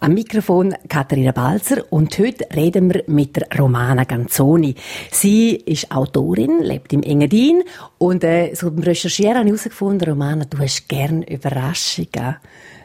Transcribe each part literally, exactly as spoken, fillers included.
Am Mikrofon Katharina Balzer und heute reden wir mit der Romana Ganzoni. Sie ist Autorin, lebt im Engadin und äh, so beim Recherchieren habe ich herausgefunden, Romana, du hast gerne Überraschungen.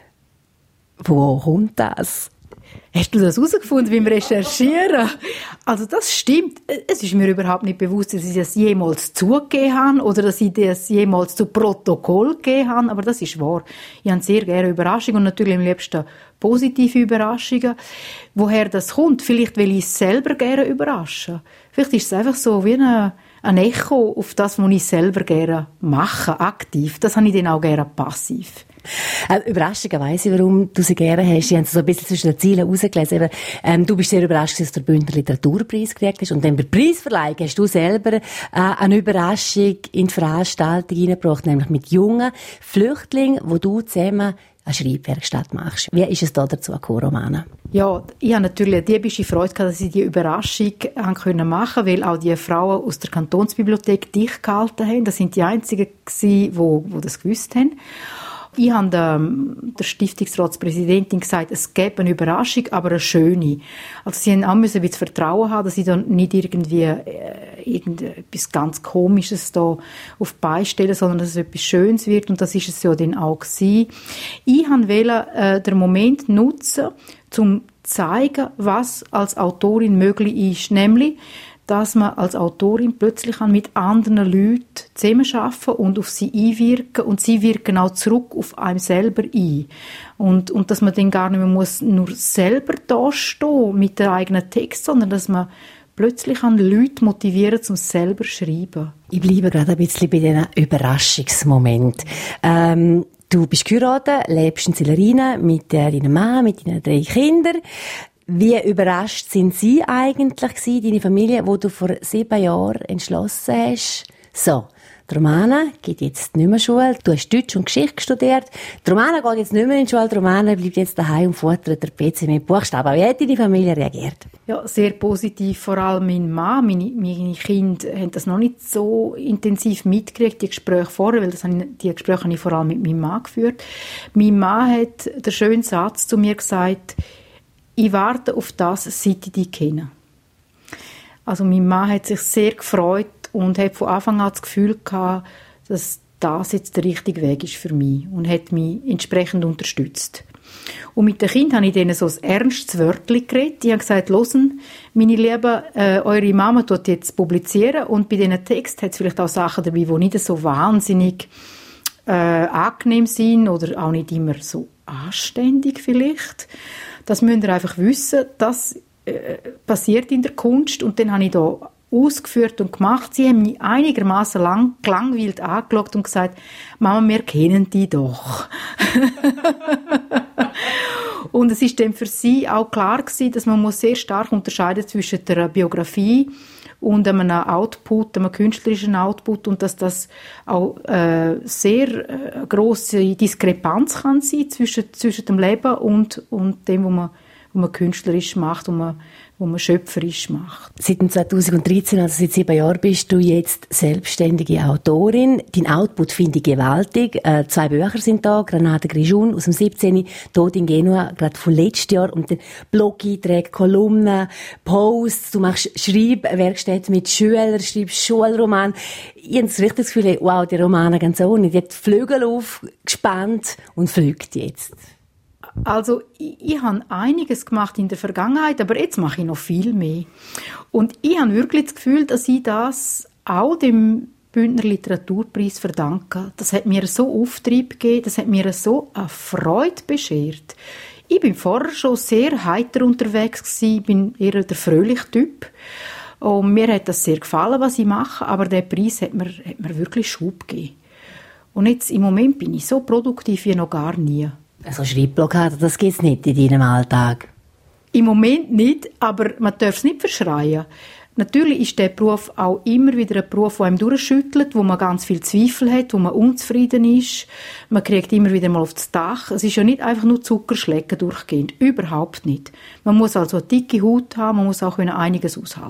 Wo kommt das? Hast du das herausgefunden beim Recherchieren? Also das stimmt. Es ist mir überhaupt nicht bewusst, dass ich das jemals zugegeben habe oder dass ich das jemals zu Protokoll gegeben habe, aber das ist wahr. Ich habe sehr gerne Überraschungen und natürlich am liebsten positive Überraschungen. Woher das kommt? Vielleicht, weil ich es selber gerne überrasche. Vielleicht ist es einfach so wie eine, ein Echo auf das, was ich selber gerne mache, aktiv. Das habe ich dann auch gerne passiv. Äh, Überraschungen weiss ich, warum du sie gerne hast. Ich habe so ein bisschen zwischen den Zielen rausgelesen. Aber, ähm, du bist sehr überrascht, dass du den Bündner Literaturpreis gekriegt hast. Und dann bei der Preisverleihung hast du selber äh, eine Überraschung in die Veranstaltung hineingebracht, nämlich mit jungen Flüchtlingen, wo du zusammen eine Schreibwerkstatt machst. Wie ist es da dazu gekommen, Romana? Ja, ich habe natürlich eine diebische Freude gehabt, dass ich die Überraschung machen konnte, weil auch die Frauen aus der Kantonsbibliothek dicht gehalten haben. Das sind die einzigen gewesen, die, die das gewusst haben. Ich habe der, der Stiftungsratspräsidentin gesagt, es gäbe eine Überraschung, aber eine schöne. Also sie haben auch ein bisschen Vertrauen haben, dass ich da nicht irgendwie äh, irgendetwas ganz Komisches da auf die Beine stelle, sondern dass es etwas Schönes wird. Und das ist es ja dann auch gewesen. Ich wollte äh, den Moment nutzen, um zu zeigen, was als Autorin möglich ist. Nämlich, dass man als Autorin plötzlich mit anderen Leuten zusammenarbeiten und auf sie einwirken und sie wirken auch zurück auf einem selber ein. Und, und dass man dann gar nicht mehr muss nur selber dastehen mit dem eigenen Text, sondern dass man plötzlich an Leute motivieren, zum selber zu schreiben. Ich bleibe gerade ein bisschen bei diesem Überraschungsmoment. Ähm, du bist geheiratet, lebst in Zillerina mit äh, deinem Mann, mit deinen drei Kindern. Wie überrascht sind Sie eigentlich gewesen, deine Familie, wo du vor sieben Jahren entschlossen hast? So, die Romana geht jetzt nicht mehr Schule. Du hast Deutsch und Geschichte studiert. Die Romana geht jetzt nicht mehr in die Schule. Die Romana bleibt jetzt daheim und futtert der P C mit Buchstaben. Wie hat deine Familie reagiert? Ja, sehr positiv. Vor allem mein Mann, meine, meine Kinder haben das noch nicht so intensiv mitgekriegt, die Gespräche vorher, weil das habe ich, die Gespräche habe ich vor allem mit meinem Mann geführt. Mein Mann hat den schönen Satz zu mir gesagt: Ich warte auf das, seit ich dich kenne. Also mein Mann hat sich sehr gefreut und hat von Anfang an das Gefühl gehabt, dass das jetzt der richtige Weg ist für mich und hat mich entsprechend unterstützt. Und mit den Kindern habe ich denen so ein ernstes Wörtchen geredet. Ich habe gesagt, hören, meine Lieben, äh, eure Mama tut jetzt publizieren und bei diesen Texten hat es vielleicht auch Sachen dabei, die nicht so wahnsinnig äh, angenehm sind oder auch nicht immer so anständig vielleicht. Das müsst ihr einfach wissen, das äh, passiert in der Kunst. Und dann habe ich da ausgeführt und gemacht. Sie haben mich einigermaßen lang gelangweilt angeschaut und gesagt, Mama, wir kennen die doch. Und es ist dann für sie auch klar gewesen, dass man muss sehr stark unterscheiden zwischen der Biografie und einem Output, einem künstlerischen Output, und dass das auch äh, sehr äh, grosse Diskrepanz kann sein zwischen, zwischen dem Leben und, und dem, was man, was man künstlerisch macht, was man, was man schöpferisch macht. Seit zweitausenddreizehn, also seit sieben Jahren, bist du jetzt selbstständige Autorin. Dein Output finde ich gewaltig. Äh, zwei Bücher sind da, Granada Grigion aus dem siebzehnten, Tod in Genua, gerade von letztes Jahr, und dann Blog-Einträge, Kolumnen, Posts, du machst Schreibwerkstätten mit Schülern, schreibst Schulroman. Ich habe das richtige Gefühl, wow, die Romana Ganzoni, die hat die Flügel aufgespannt und fliegt jetzt. Also ich, ich habe einiges gemacht in der Vergangenheit, aber jetzt mache ich noch viel mehr. Und ich habe wirklich das Gefühl, dass ich das auch dem Bündner Literaturpreis verdanke. Das hat mir so Auftrieb gegeben, das hat mir so eine Freude beschert. Ich bin vorher schon sehr heiter unterwegs gewesen, ich bin eher der fröhliche Typ. Und mir hat das sehr gefallen, was ich mache, aber der Preis hat mir, hat mir wirklich Schub gegeben. Und jetzt im Moment bin ich so produktiv wie noch gar nie. Also Schreibblockade, das gibt es nicht in deinem Alltag? Im Moment nicht, aber man darf es nicht verschreien. Natürlich ist der Beruf auch immer wieder ein Beruf, der einem durchschüttelt, wo man ganz viel Zweifel hat, wo man unzufrieden ist. Man kriegt immer wieder mal aufs Dach. Es ist ja nicht einfach nur Zuckerschlecken durchgehend. Überhaupt nicht. Man muss also eine dicke Haut haben, man muss auch einiges aushalten.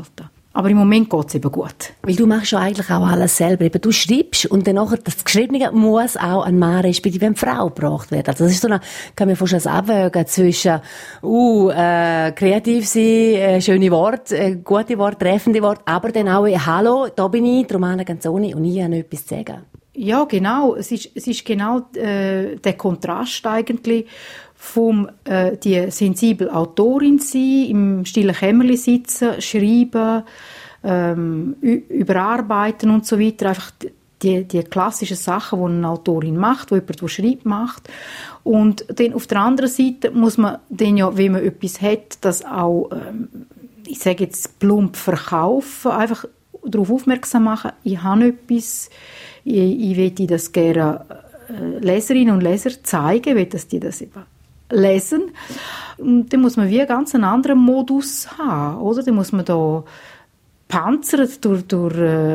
Aber im Moment geht's eben gut. Weil du machst ja eigentlich auch alles selber. Eben, du schreibst und dann nachher, das Geschriebene muss auch an Mann respektive eine Frau gebracht werden. Also das ist so eine, kann man vorstellen, das Abwägen zwischen, uh, äh, kreativ sein, äh, schöne Worte, äh, gute Worte, treffende Worte, aber dann auch, hallo, da bin ich, Romana Ganzoni, und ich habe etwas zu sagen. Ja, genau. Es ist, es ist genau äh, der Kontrast eigentlich vom äh, die sensible Autorin sein, im stillen Kämmerli sitzen, schreiben, ähm, überarbeiten und so weiter. Einfach die, die klassischen Sachen, die eine Autorin macht, die jemand, der schreibt, macht. Und dann auf der anderen Seite muss man dann ja, wenn man etwas hat, das auch, ähm, ich sage jetzt plump verkaufen, einfach darauf aufmerksam machen, ich habe etwas, ich, ich möchte das gerne äh, Leserinnen und Leser zeigen, ich will, dass die das eben lesen. Und dann muss man wie einen ganz anderen Modus haben, oder? Dann muss man da panzert durch, durch,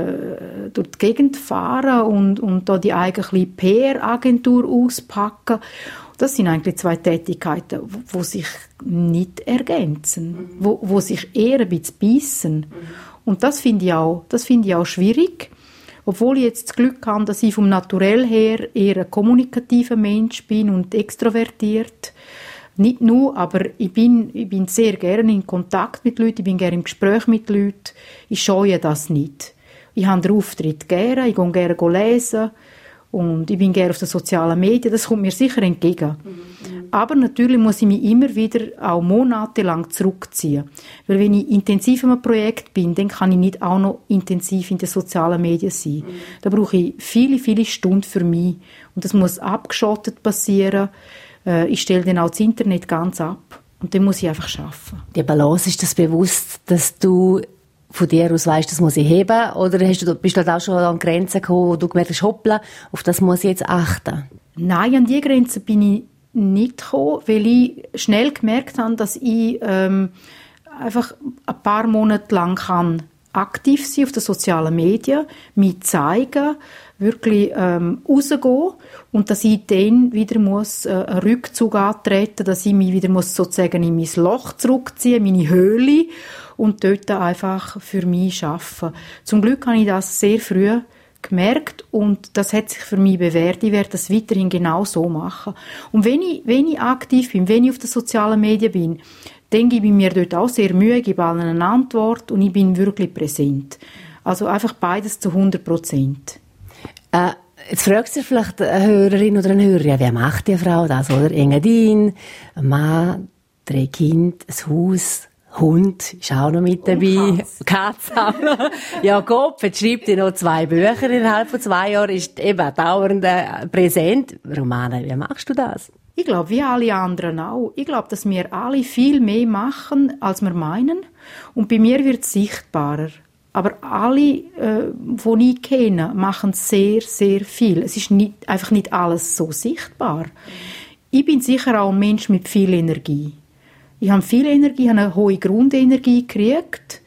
äh, durch die Gegend fahren und, und da die eigene P R-Agentur auspacken. Das sind eigentlich zwei Tätigkeiten, die sich nicht ergänzen, mhm. wo, wo sich eher ein bisschen beißen. Mhm. Und das finde ich auch, das finde ich auch schwierig. Obwohl ich jetzt das Glück habe, dass ich vom Naturell her eher ein kommunikativer Mensch bin und extrovertiert. Nicht nur, aber ich bin, ich bin sehr gerne in Kontakt mit Leuten, ich bin gerne im Gespräch mit Leuten. Ich scheue das nicht. Ich habe den Auftritt gerne, ich gehe gerne lesen und ich bin gerne auf den sozialen Medien. Das kommt mir sicher entgegen. Mhm. Aber natürlich muss ich mich immer wieder auch monatelang zurückziehen. Weil wenn ich intensiv in einem Projekt bin, dann kann ich nicht auch noch intensiv in den sozialen Medien sein. Mhm. Da brauche ich viele, viele Stunden für mich. Und das muss abgeschottet passieren. Ich stelle dann auch das Internet ganz ab. Und dann muss ich einfach arbeiten. Die Balance, ist das bewusst, dass du von dir aus weißt, das muss ich heben? Oder hast du, bist du da auch schon an Grenzen gekommen, wo du gemerkt hast, hoppla, auf das muss ich jetzt achten? Nein, an diese Grenzen bin ich nicht gekommen, weil ich schnell gemerkt habe, dass ich ähm, einfach ein paar Monate lang kann aktiv sein auf den sozialen Medien, mich zeigen, wirklich ähm, rausgehen und dass ich dann wieder muss, äh, einen Rückzug antreten, dass ich mich wieder muss sozusagen in mein Loch zurückziehen, meine Höhle und dort einfach für mich arbeiten. Zum Glück habe ich das sehr früh gemerkt und das hat sich für mich bewährt. Ich werde das weiterhin genau so machen. Und wenn ich, wenn ich aktiv bin, wenn ich auf den sozialen Medien bin, dann gebe ich mir dort auch sehr Mühe, gebe allen eine Antwort und ich bin wirklich präsent. Also einfach beides zu hundert Prozent. Äh, jetzt fragt sich vielleicht eine Hörerin oder ein Hörer, ja, wer macht die Frau das, oder? Engadin, ein Mann, drei Kinder, ein Haus, Hund ist auch noch mit dabei. Katze auch noch. Ja, Gott, jetzt schreibt ihr noch zwei Bücher innerhalb von zwei Jahren, ist eben dauernd äh, präsent. Romana, wie machst du das? Ich glaube, wie alle anderen auch. Ich glaube, dass wir alle viel mehr machen, als wir meinen. Und bei mir wird es sichtbarer. Aber alle, äh, die ich kenne, machen sehr, sehr viel. Es ist nicht, einfach nicht alles so sichtbar. Ich bin sicher auch ein Mensch mit viel Energie. Ich habe viel Energie, habe eine hohe Grundenergie gekriegt.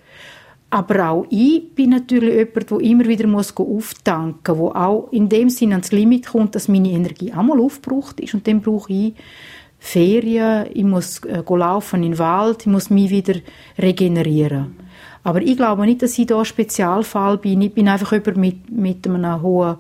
Aber auch ich bin natürlich jemand, der immer wieder muss auftanken muss, der auch in dem Sinne ans Limit kommt, dass meine Energie einmal aufgebraucht ist. Und dann brauche ich Ferien, ich muss äh, laufen in den Wald, ich muss mich wieder regenerieren. Aber ich glaube nicht, dass ich da ein Spezialfall bin. Ich bin einfach jemand mit, mit einer hohen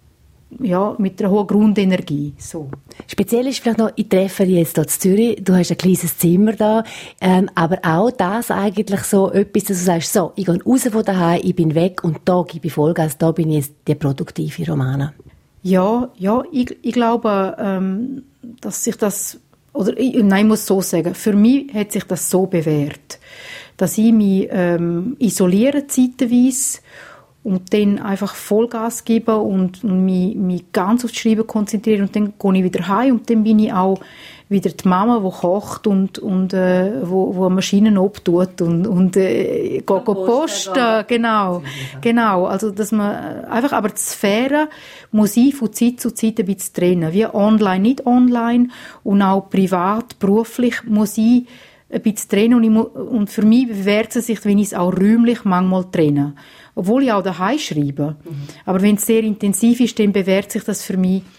ja, mit einer hohen Grundenergie. So. Speziell ist vielleicht noch, ich treffe dich jetzt hier in Zürich, du hast ein kleines Zimmer da, ähm, aber auch das eigentlich so etwas, dass du sagst, so, ich gehe raus von daheim, ich bin weg und da gebe ich Vollgas, da bin ich jetzt die produktive Romana. Ja, ja, ich, ich glaube, ähm, dass sich das, oder ich, nein, ich muss so sagen, für mich hat sich das so bewährt, dass ich mich ähm, isoliere zeitweise und dann einfach Vollgas geben und, und mich, mich ganz auf das Schreiben konzentrieren und dann gehe ich wieder heim und dann bin ich auch wieder die Mama, die kocht und, und äh, wo, wo Maschinen obtut und, und äh, geht Post, posten, genau, genau, also dass man einfach, aber die Sphäre muss ich von Zeit zu Zeit ein bisschen trennen, wie online, nicht online und auch privat, beruflich muss ich ein bisschen trennen und, ich mu- und für mich bewährt es sich, wenn ich es auch räumlich manchmal trenne. Obwohl ich auch daheim schreibe. Mhm. Aber wenn es sehr intensiv ist, dann bewährt sich das für mich,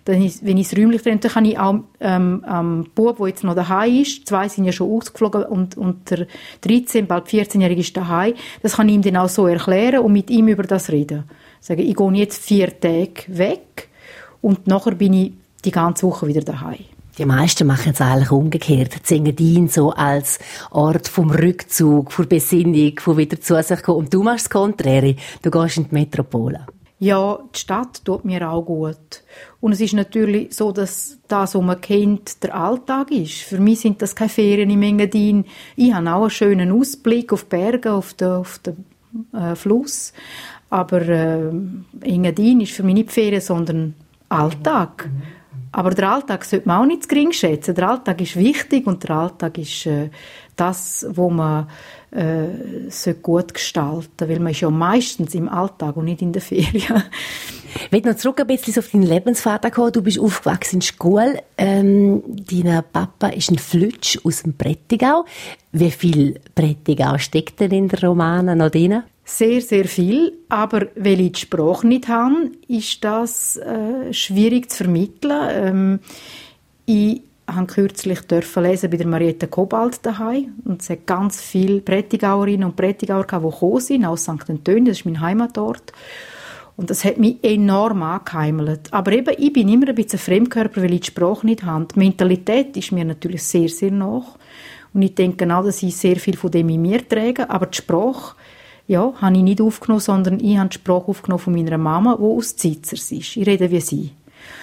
Dann ist, wenn ich es räumlich trenne, dann kann ich auch ähm, am Bub, der jetzt noch daheim ist, zwei sind ja schon ausgeflogen und, und der dreizehn, bald vierzehnjährige ist daheim, das kann ich ihm dann auch so erklären und mit ihm über das reden. Sagen, ich gehe jetzt vier Tage weg und nachher bin ich die ganze Woche wieder daheim. Die meisten machen es eigentlich umgekehrt. Sie Engadin so als Ort vom Rückzug, von Besinnung, von wieder zu sich kommen. Und du machst das Konträre. Du gehst in die Metropole. Ja, die Stadt tut mir auch gut. Und es ist natürlich so, dass das, was man kennt, der Alltag ist. Für mich sind das keine Ferien im Engadin. Ich habe auch einen schönen Ausblick auf Berge, auf den, auf den äh, Fluss. Aber äh, Engadin ist für mich nicht Ferien, sondern Alltag. Aber der Alltag sollte man auch nicht zu gering schätzen. Der Alltag ist wichtig und der Alltag ist äh, das, wo man äh, gut gestalten sollte. Weil man ist ja meistens im Alltag und nicht in der Ferien. Ich will noch zurück ein bisschen auf deinen Lebensvater kommen. Du bist aufgewachsen in Schkuhl. Ähm, dein Papa ist ein Flütsch aus dem Prättigau. Wie viel Prättigau steckt denn in den Romanen noch drin? Sehr, sehr viel. Aber weil ich die Sprache nicht habe, ist das äh, schwierig zu vermitteln. Ähm, ich durfte kürzlich lesen bei der Mariette Kobalt daheim. Und es hat ganz viele Prättigauerinnen und Prättigauer, die gekommen sind, aus Sankt Antonio, das ist mein Heimatort. Und das hat mich enorm angeheimelt. Aber eben, ich bin immer ein bisschen ein Fremdkörper, weil ich die Sprache nicht habe. Die Mentalität ist mir natürlich sehr, sehr nach. Und ich denke auch, dass ich sehr viel von dem in mir trage. Aber die Sprache, ja, habe ich nicht aufgenommen, sondern ich habe die Sprache aufgenommen von meiner Mama, die aus Zitzers ist. Ich rede wie sie.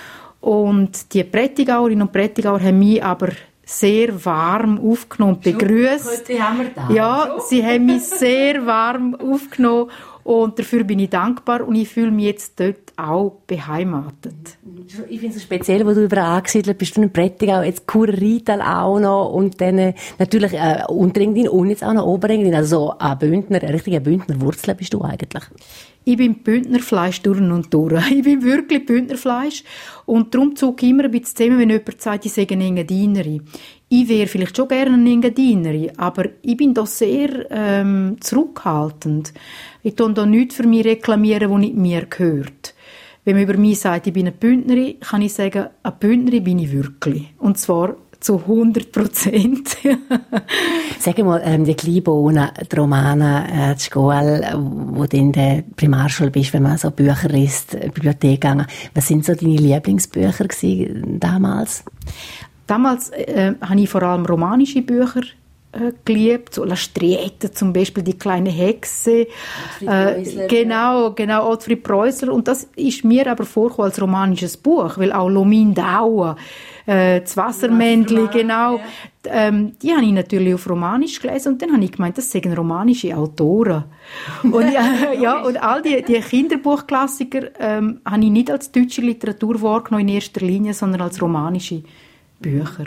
Und die Prättigauerinnen und Prättigauer haben mich aber sehr warm aufgenommen und begrüßt. Heute haben wir da. Ja, sie haben mich sehr warm aufgenommen und dafür bin ich dankbar und ich fühle mich jetzt dort auch beheimatet. Ich finde es speziell, wo du überall angesiedelt bist, du in Prättigau, jetzt Kur-Rital auch noch und dann äh, natürlich äh, Unterengadin und jetzt auch noch Oberengadin, also so ein Bündner, eine richtige Bündner Wurzel bist du eigentlich. Ich bin Bündnerfleisch durch und durch. Ich bin wirklich Bündnerfleisch. Und darum zucke ich immer ein bisschen zusammen, wenn jemand sagt, ich sei eine Engadinerin. Ich wäre vielleicht schon gerne eine Engadinerin, aber ich bin da sehr ähm, zurückhaltend. Ich tue da nichts für mich reklamieren, was nicht mir gehört. Wenn man über mich sagt, ich bin eine Bündnerin, kann ich sagen, eine Bündnerin bin ich wirklich. Und zwar zu hundert Prozent. Sag mal, ähm, die Kleinbohnen, die Romanen, äh, die Schule, wo du in der Primarschule bist, wenn man so Bücher liest, Bibliothek gegangen. Was sind so deine Lieblingsbücher gewesen damals? Damals äh, habe ich vor allem romanische Bücher äh, geliebt, so La Striette zum Beispiel, die kleine Hexe, äh, genau, genau, Ottfried Preußler, und das ist mir aber vorgekommen als romanisches Buch, weil auch Lomin Daua, äh, das Wassermännchen, genau, ja. ähm, die habe ich natürlich auf Romanisch gelesen und dann habe ich gemeint, das seien romanische Autoren. Und, ja, ja, und all die, die Kinderbuchklassiker ähm, habe ich nicht als deutsche Literatur wahrgenommen in erster Linie, sondern als romanische Bücher.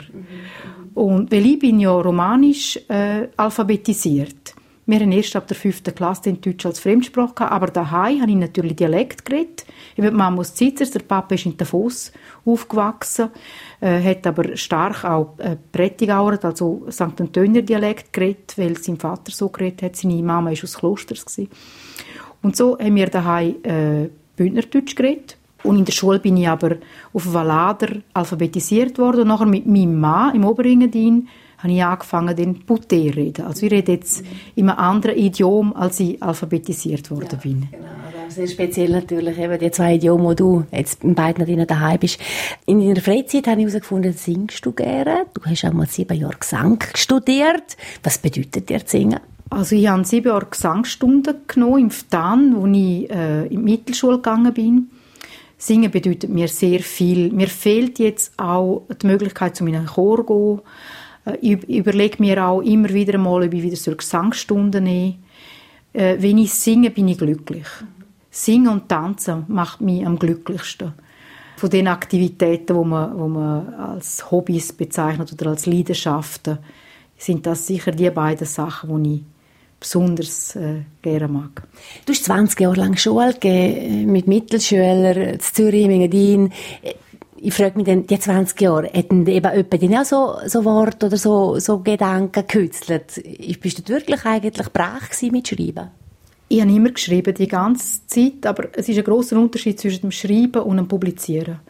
Und weil ich bin ja romanisch äh, alphabetisiert. Wir haben erst ab der fünften Klasse in Deutsch als Fremdsprache gehabt, aber daheim habe ich natürlich Dialekt geredet. Ich bin Mama aus Zitzers, der Papa ist in Davos aufgewachsen, äh, hat aber stark auch äh, Prättigauer, also Sankt Antonio Dialekt geredet, weil sein Vater so geredet hat. Seine Mama war aus Klosters gewesen. Und so haben wir daheim äh, Bündnerdeutsch geredet. Und in der Schule bin ich aber auf Valader alphabetisiert worden. Und nachher mit meinem Mann im Oberengadin habe ich angefangen, den Puter zu reden. Also ich rede jetzt in einem anderen Idiom, als ich alphabetisiert worden ja, bin. Genau, sehr speziell natürlich, eben die zwei Idiome, die du jetzt in beiden drinnen daheim bist. In deiner Freizeit habe ich herausgefunden, singst du gerne. Du hast auch mal sieben Jahre Gesang studiert. Was bedeutet dir Singen? Also ich habe sieben Jahre Gesangsstunden genommen im F T A N, wo ich äh, in die Mittelschule gegangen bin. Singen bedeutet mir sehr viel. Mir fehlt jetzt auch die Möglichkeit, zu meinem Chor zu gehen. Ich überlege mir auch immer wieder einmal, ob ich wieder so Gesangsstunden nehme. Äh, wenn ich singe, bin ich glücklich. Singen und Tanzen macht mich am glücklichsten. Von den Aktivitäten, die man, die man als Hobbys bezeichnet oder als Leidenschaften, sind das sicher die beiden Sachen, die ich besonders äh, gerne mag. Du hast zwanzig Jahre lang Schule gegeben, mit Mittelschülern in Zürich, in Engadin. Ich frage mich dann, die zwanzig Jahre, hätten eben jemand auch so, so Worte oder so, so Gedanken gekützelt? Bist du wirklich eigentlich brach gewesen mit Schreiben? Ich habe immer geschrieben, die ganze Zeit, aber es ist ein grosser Unterschied zwischen dem Schreiben und dem Publizieren.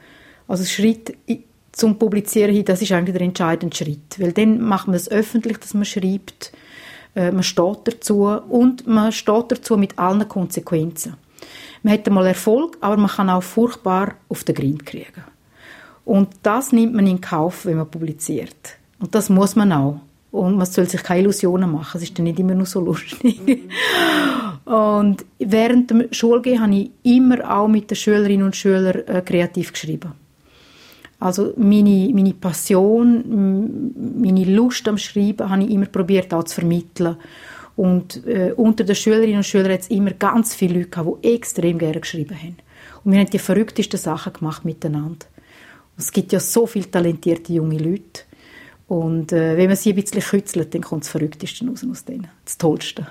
Also Schritt zum Publizieren hin, das ist eigentlich der entscheidende Schritt. Weil dann macht man es öffentlich, dass man schreibt, äh, man steht dazu und man steht dazu mit allen Konsequenzen. Man hat einmal Erfolg, aber man kann auch furchtbar auf den Grind kriegen. Und das nimmt man in Kauf, wenn man publiziert. Und das muss man auch. Und man soll sich keine Illusionen machen. Es ist dann nicht immer nur so lustig. Mhm. Und während dem Schulgehen habe ich immer auch mit den Schülerinnen und Schülern äh, kreativ geschrieben. Also meine, meine Passion, meine Lust am Schreiben habe ich immer probiert auch zu vermitteln. Und äh, unter den Schülerinnen und Schülern hat es immer ganz viele Leute gehabt, die extrem gerne geschrieben haben. Und wir haben die verrücktesten Sachen gemacht miteinander. Und es gibt ja so viele talentierte junge Leute. Und äh, wenn man sie ein bisschen kützelt, dann kommt das Verrückteste raus aus denen. Das Tollste.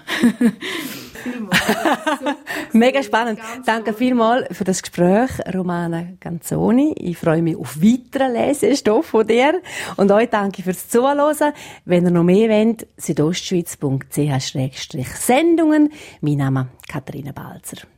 Mega spannend. Danke vielmals für das Gespräch, Romana Ganzoni. Ich freue mich auf weiteren Lesestoff von dir. Und euch danke fürs Zuhören. Wenn ihr noch mehr wollt, südostschweiz punkt c h Sendungen. Mein Name ist Katharina Balzer.